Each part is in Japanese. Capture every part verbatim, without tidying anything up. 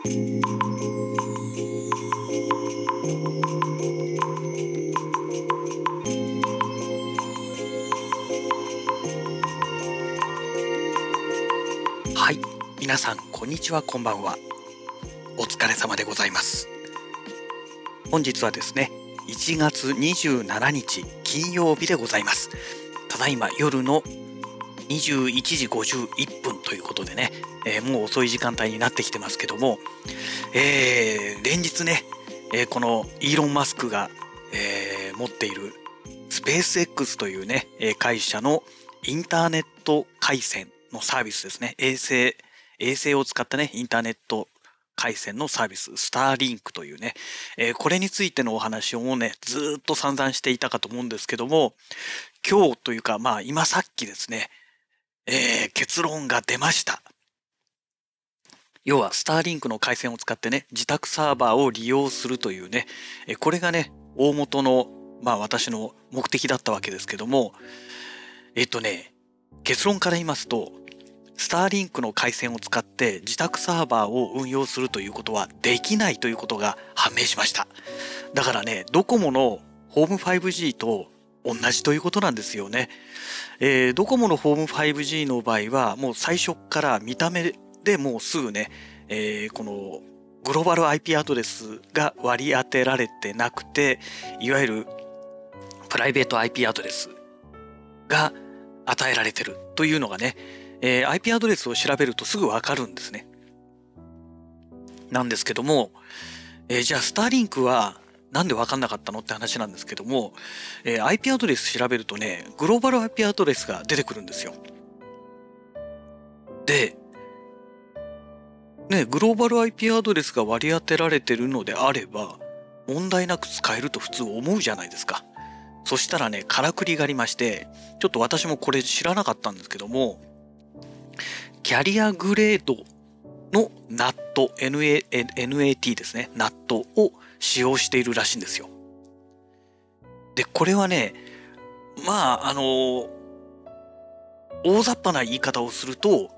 はい、皆さんこんにちは、こんばんは。お疲れ様でございます。本日はですね、いちがつにじゅうしちにち金曜日でございます。ただいま夜のにじゅういちじごじゅういっぷんということでね、えー、もう遅い時間帯になってきてますけども、えー、連日ね、えー、このイーロン・マスクが、えー、持っているスペース X というね、会社のインターネット回線のサービスですね。衛星、衛星を使ったね、インターネット回線のサービス、スターリンクというね、えー、これについてのお話をもうね、ずーっと散々していたかと思うんですけども、今日というか、まあ今さっきですね、えー、結論が出ました。要はスターリンクの回線を使ってね、自宅サーバーを利用するというね、えー、これがね、大元の、まあ私の目的だったわけですけども、えっとね、結論から言いますと、スターリンクの回線を使って自宅サーバーを運用するということはできないということが判明しました。だからね、ドコモのホーム ファイブジー と同じということなんですよね。えー、ドコモのホーム ファイブジー の場合はもう最初から見た目でもうすぐね、えー、このグローバル アイピー アドレスが割り当てられてなくて、いわゆるプライベート アイピー アドレスが与えられてるというのがね、えー、アイピー アドレスを調べるとすぐわかるんですね。なんですけども、えー、じゃあスターリンクはなんでわかんなかったのって話なんですけども、えー、アイピー アドレス調べるとね、グローバル アイピー アドレスが出てくるんですよ。で、ね、グローバル アイピー アドレスが割り当てられてるのであれば、問題なく使えると普通思うじゃないですか。そしたらね、からくりがありまして、ちょっと私もこれ知らなかったんですけども、キャリアグレードの ナット、エヌエーティー ですね、ナット を使用しているらしいんですよ。で、これはね、まあ、あの、大雑把な言い方をすると、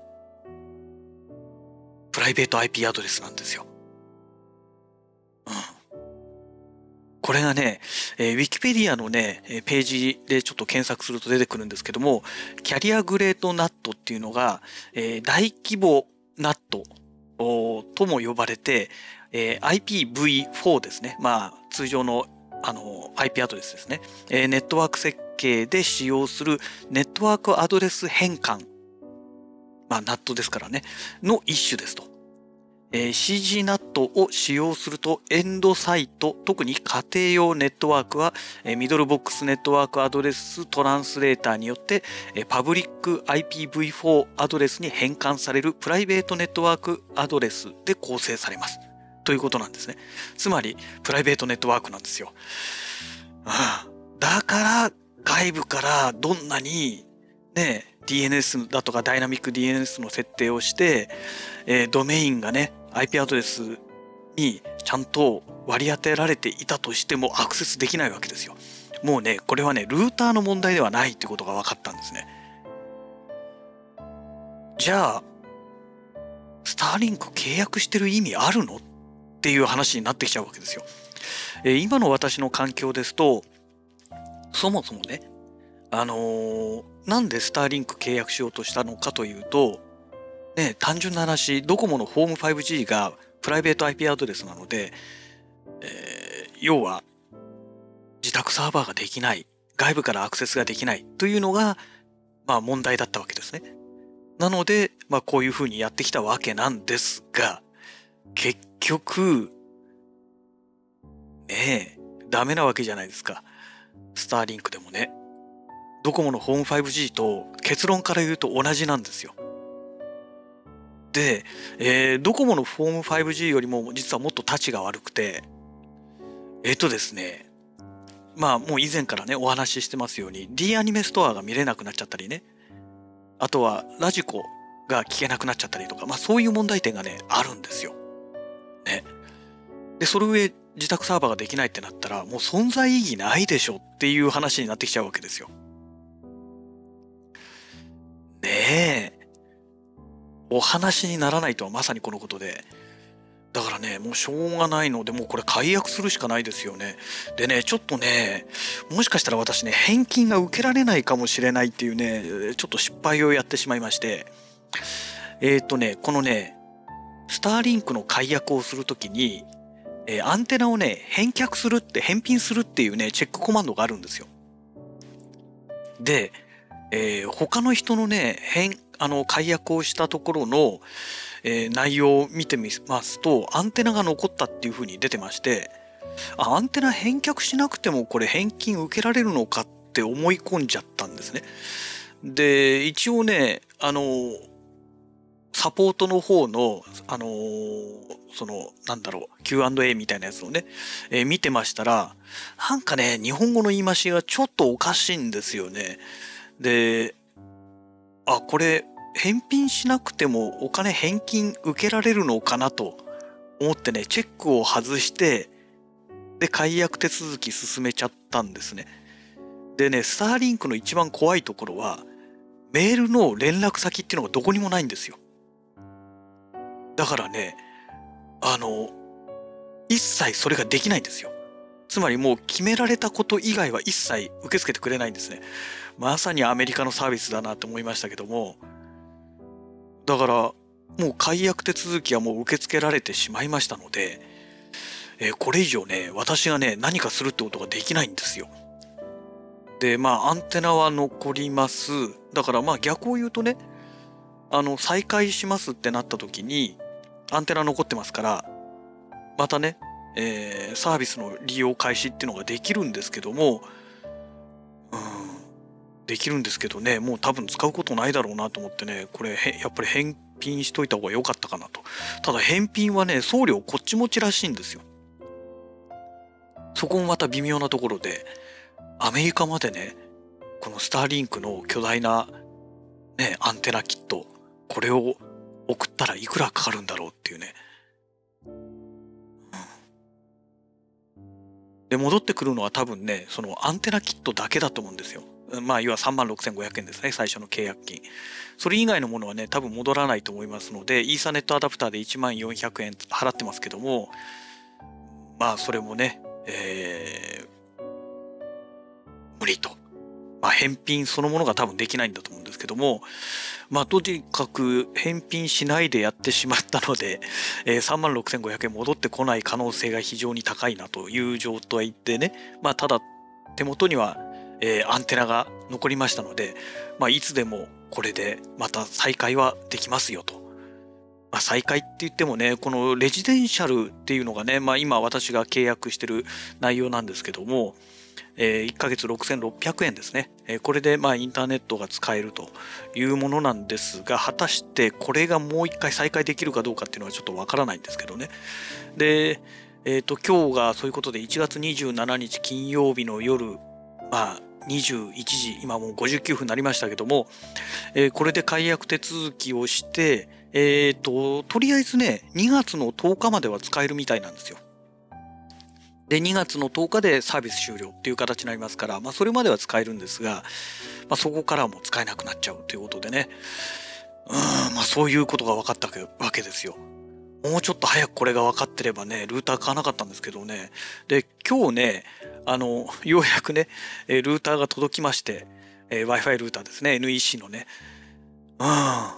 プライベート アイピー アドレスなんですよ。うん。これがね、えー、ウィキペディアのね、ページでちょっと検索すると出てくるんですけども、キャリアグレードナットっていうのが、えー、大規模ナットとも呼ばれて、えー、アイピーブイフォー ですね。まあ、通常のあの アイピー アドレスですね。えー、ネットワーク設計で使用するネットワークアドレス変換。まあ、ナットですからね。の一種ですと。えー、シージー ナットを使用するとエンドサイト、特に家庭用ネットワークは、えー、ミドルボックスネットワークアドレストランスレーターによって、えー、パブリック アイピーブイフォー アドレスに変換されるプライベートネットワークアドレスで構成されます。ということなんですね。つまり、プライベートネットワークなんですよ。うん、だから、外部からどんなに、ね、ディーエヌエス だとかダイナミック ディーエヌエス の設定をして、えー、ドメインがね、アイピー アドレスにちゃんと割り当てられていたとしてもアクセスできないわけですよ。もうね、これはね、ルーターの問題ではないってことが分かったんですね。じゃあ、スターリンク契約してる意味あるのっていう話になってきちゃうわけですよ。えー、今の私の環境ですと、そもそもね、あのー、なんでスターリンク契約しようとしたのかというと、ね、単純な話、ドコモのホーム ファイブジー がプライベート アイピー アドレスなので、えー、要は自宅サーバーができない、外部からアクセスができないというのが、まあ問題だったわけですね。なので、まあこういうふうにやってきたわけなんですが、結局、ねえ、ダメなわけじゃないですか。スターリンクでもね。ドコモのホーム ファイブジー と結論から言うと同じなんですよ。で、えー、ドコモのホーム ファイブジー よりも実はもっとタチが悪くて、えっとですね、まあもう以前からねお話ししてますように D アニメストアが見れなくなっちゃったりね、あとはラジコが聞けなくなっちゃったりとか、まあそういう問題点がねあるんですよ。ね。で、それ上自宅サーバーができないってなったらもう存在意義ないでしょっていう話になってきちゃうわけですよ。ねえ。お話にならないとはまさにこのことで、 だからね、もうしょうがないので、もうこれ解約するしかないですよね。でね、ちょっとね、もしかしたら私ね、返金が受けられないかもしれないっていうね、ちょっと失敗をやってしまいまして、えっとね、このね、スターリンクの解約をするときに、えーアンテナをね、返却するって、返品するっていうね、チェックコマンドがあるんですよ。で、えー他の人のね、返、あの、解約をしたところの、えー内容を見てみますと、アンテナが残ったっていう風に出てまして、あ、アンテナ返却しなくてもこれ返金受けられるのかって思い込んじゃったんですね。で、一応ね、あの、サポートの方の、あのーその、なんだろう、キューアンドエー みたいなやつをね、えー見てましたら、なんかね、日本語の言い回しがちょっとおかしいんですよね。で、あ、これ、返品しなくてもお金返金受けられるのかなと思ってね、チェックを外して、で、解約手続き進めちゃったんですね。でね、スターリンクの一番怖いところは、メールの連絡先っていうのがどこにもないんですよ。だからね、あの、一切それができないんですよ。つまりもう決められたこと以外は一切受け付けてくれないんですね。まさにアメリカのサービスだなと思いましたけども、だからもう解約手続きはもう受け付けられてしまいましたので、えーこれ以上ね、私がね、何かするってことができないんですよ。で、まあアンテナは残ります。だからまあ逆を言うとね、あの、再開しますってなった時に、アンテナ残ってますから、またね、えーサービスの利用開始っていうのができるんですけども、うん、できるんですけどね、もう多分使うことないだろうなと思ってね、これへやっぱり返品しといた方が良かったかなと。ただ返品はね、送料こっち持ちらしいんですよ。そこもまた微妙なところで、アメリカまでね、このスターリンクの巨大なね、アンテナキット、これを送ったらいくらかかるんだろうっていうね。で、戻ってくるのは多分ね、そのアンテナキットだけだと思うんですよ。まあ、要はさんまんろくせんごひゃくえんですね、最初の契約金。それ以外のものはね、多分戻らないと思いますので、イーサネットアダプターでいちまんよんひゃくえん払ってますけども、まあ、それもね、えー、無理と。まあ、返品そのものが多分できないんだと思うんですけども、まあ、とにかく返品しないでやってしまったので、えー、さんまんろくせんごひゃくえん戻ってこない可能性が非常に高いなという状態でね、まあ、ただ手元には、えーアンテナが残りましたので、まあ、いつでもこれでまた再開はできますよと。まあ、再開って言ってもね、このレジデンシャルっていうのがね、まあ、今私が契約してる内容なんですけども、えーいっかげつろくせんろっぴゃくえんですね。えーこれでまあインターネットが使えるというものなんですが、果たしてこれがもう一回再開できるかどうかっていうのはちょっとわからないんですけどね。で、えっと、今日がそういうことでいちがつにじゅうしちにち金曜日の夜、まあにじゅういちじ、今もうごじゅうきゅうふんになりましたけども、えーこれで解約手続きをして、えっと、とりあえずね、にがつのとおかまでは使えるみたいなんですよ。で、にがつのとおかでサービス終了っていう形になりますから、まあ、それまでは使えるんですが、まあ、そこからはもう使えなくなっちゃうということでね。うーん、まあ、そういうことが分かったわけですよ。もうちょっと早くこれが分かってればね、ルーター買わなかったんですけどね。で、今日ね、あの、ようやくね、えールーターが届きまして、えー Wi-Fi ルーターですね、エヌイーシー のね。うん。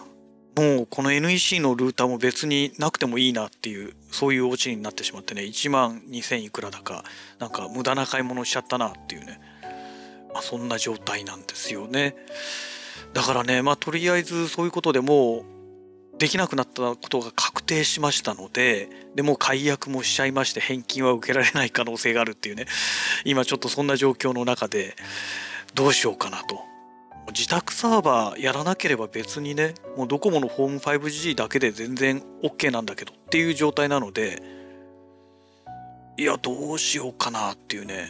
もうこの エヌイーシー のルーターも別になくてもいいなっていう、そういうオチになってしまってね、いちまんにせんいくらだか、なんか無駄な買い物しちゃったなっていうね、まあ、そんな状態なんですよね。だからね、まあとりあえずそういうことでもうできなくなったことが確定しましたので、でもう解約もしちゃいまして返金は受けられない可能性があるっていうね、今ちょっとそんな状況の中でどうしようかなと。自宅サーバーやらなければ別にね、もうドコモのホーム ファイブジー だけで全然 OK なんだけどっていう状態なので、いや、どうしようかなっていうね。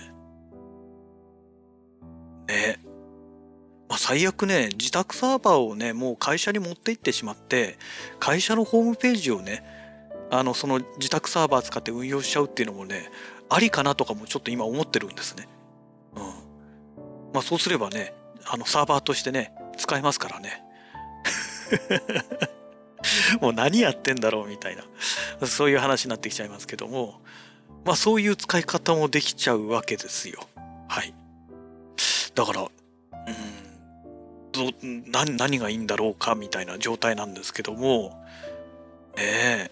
ね。まあ、最悪ね、自宅サーバーをね、もう会社に持って行ってしまって、会社のホームページをね、あの、その自宅サーバー使って運用しちゃうっていうのもね、ありかなとかもちょっと今思ってるんですね。うん。まあそうすればね、あのサーバーとしてね、使えますからね。 もう何やってんだろうみたいな、そういう話になってきちゃいますけども、まあそういう使い方もできちゃうわけですよ。はい。だから、うん、ど何何がいいんだろうかみたいな状態なんですけども、ねえ、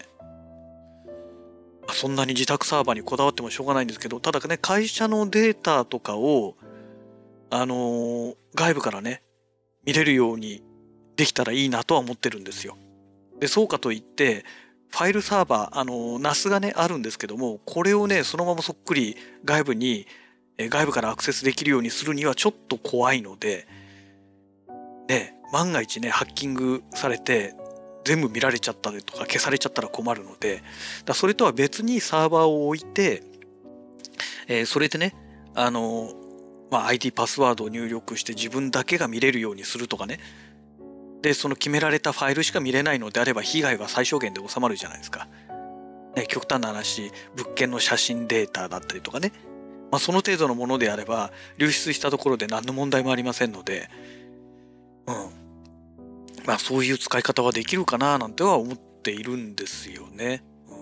そんなに自宅サーバーにこだわってもしょうがないんですけど、ただね、会社のデータとかを、あのー外部からね、見れるようにできたらいいなとは思ってるんですよ。で、そうかといって、ファイルサーバー、あのー、ナス がね、あるんですけども、これをね、そのままそっくり外部に、え外部からアクセスできるようにするにはちょっと怖いので、ね、万が一ね、ハッキングされて、全部見られちゃったりとか消されちゃったら困るので、だそれとは別にサーバーを置いて、えーそれでね、あのーまあ、アイディー パスワードを入力して自分だけが見れるようにするとかね。で、その決められたファイルしか見れないのであれば被害は最小限で収まるじゃないですか。ね、極端な話、物件の写真データだったりとかね。まあ、その程度のものであれば流出したところで何の問題もありませんので、うん。まあそういう使い方はできるかななんては思っているんですよね。うん、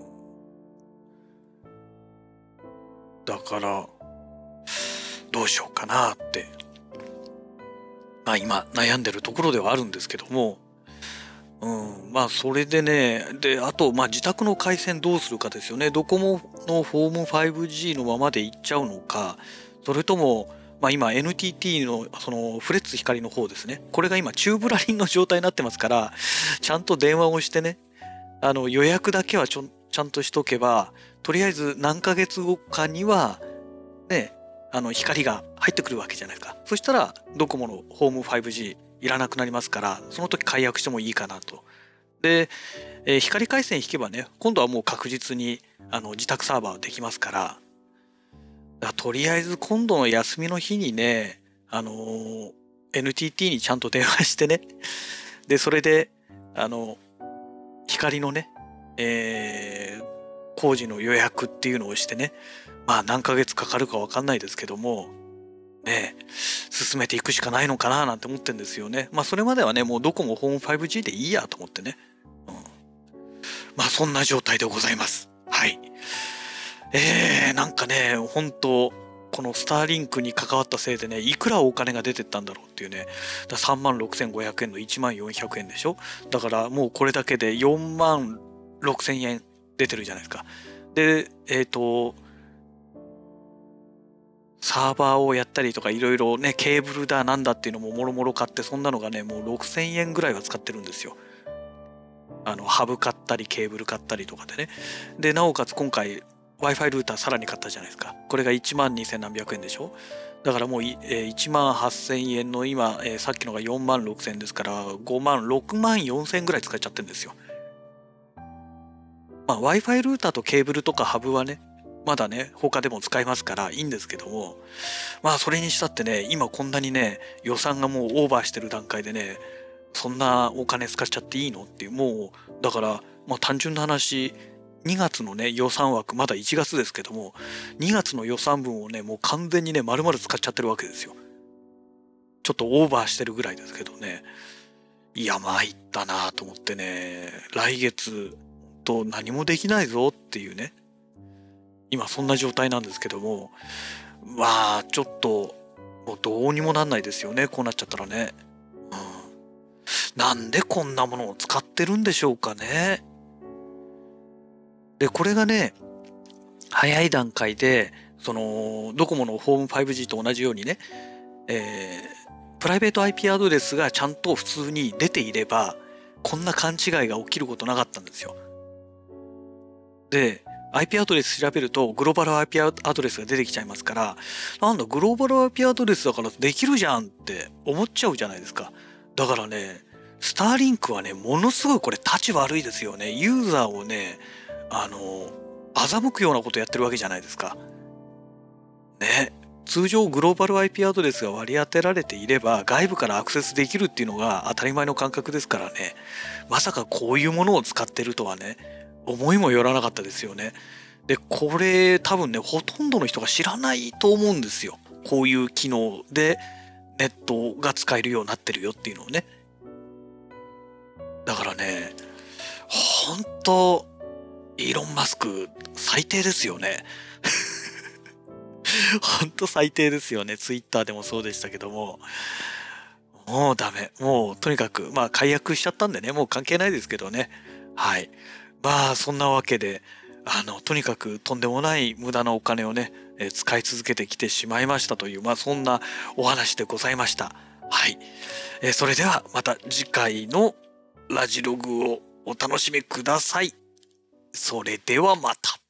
だからどうしようかなって、まあ今悩んでるところではあるんですけども、うん、まあそれでね、で、あとまあ自宅の回線どうするかですよね。ドコモのホーム ファイブジー のままで行っちゃうのか、それともまあ今 エヌティーティー のそのフレッツ光の方ですね。これが今チューブラリンの状態になってますから、ちゃんと電話をしてね、あの予約だけはちょちゃんとしとけば、とりあえず何ヶ月後かにはね、あの光が入ってくるわけじゃないですか。そしたらドコモのホーム ファイブジー いらなくなりますから、その時解約してもいいかなと。で、えー光回線引けばね、今度はもう確実にあの自宅サーバーできますから、だからとりあえず今度の休みの日にね、あのー エヌティーティー にちゃんと電話してね、でそれであの光のね、えー工事の予約っていうのをしてね、まあ何ヶ月かかるか分かんないですけどもね、進めていくしかないのかななんて思ってんですよね。まあそれまではね、もうどこもホーム ファイブジー でいいやと思ってね、うん、まあそんな状態でございます。はい。えー、なんかね、本当このスターリンクに関わったせいでね、いくらお金が出てったんだろうっていうね。ださんまんろくせんごひゃくえんのいちまんよんひゃくえんでしょ。だからもうこれだけでよんまんろくせんえん出てるじゃないですか。で、えっと、サーバーをやったりとかいろいろね、ケーブルだなんだっていうのももろもろ買って、そんなのがね、もうろくせんえんぐらいは使ってるんですよ。あの、ハブ買ったりケーブル買ったりとかでね。で、なおかつ今回 Wi-Fi ルーターさらに買ったじゃないですか。これがいちまんにせん何百円でしょ。だからもうい、えー、いちまんはっせんえんの今、えーさっきのがよんまんろくせんですからごまんろくまんよんせんぐらい使っちゃってるんですよ。まあ Wi-Fi ルーターとケーブルとかハブはね、まだね他でも使えますからいいんですけども、まあそれにしたってね、今こんなにね予算がもうオーバーしてる段階でね、そんなお金使っちゃっていいのっていう、もうだからまあ単純な話、にがつのね予算枠、まだいちがつですけども、にがつの予算分をねもう完全にね丸々使っちゃってるわけですよ。ちょっとオーバーしてるぐらいですけどね。いや参ったなと思ってね、来月と何もできないぞっていうね、今そんな状態なんですけども、まあちょっともうどうにもなんないですよね、こうなっちゃったらね。うん、なんでこんなものを使ってるんでしょうかね。でこれがね、早い段階でそのドコモのホーム ファイブジー と同じようにね、えー、プライベート アイピー アドレスがちゃんと普通に出ていればこんな勘違いが起きることなかったんですよ。で アイピー アドレス調べるとグローバル アイピー アドレスが出てきちゃいますから、なんだグローバル アイピー アドレスだからできるじゃんって思っちゃうじゃないですか。だからね、スターリンクはねものすごいこれ立ち悪いですよね。ユーザーをね、あの欺くようなことやってるわけじゃないですかね。通常グローバル アイピー アドレスが割り当てられていれば外部からアクセスできるっていうのが当たり前の感覚ですからね、まさかこういうものを使ってるとはね思いもよらなかったですよね。でこれ多分ねほとんどの人が知らないと思うんですよ。こういう機能でネットが使えるようになってるよっていうのをね。だからね、 本当イーロン・マスク最低ですよね。本当最低ですよね。ツイッターでもそうでしたけども、もうダメ。もうとにかくまあ解約しちゃったんでね、もう関係ないですけどね。はい。まあそんなわけで、あのとにかくとんでもない無駄なお金をね、えー使い続けてきてしまいましたという、まあそんなお話でございました。はい。えーそれではまた次回のラジログをお楽しみください。それではまた。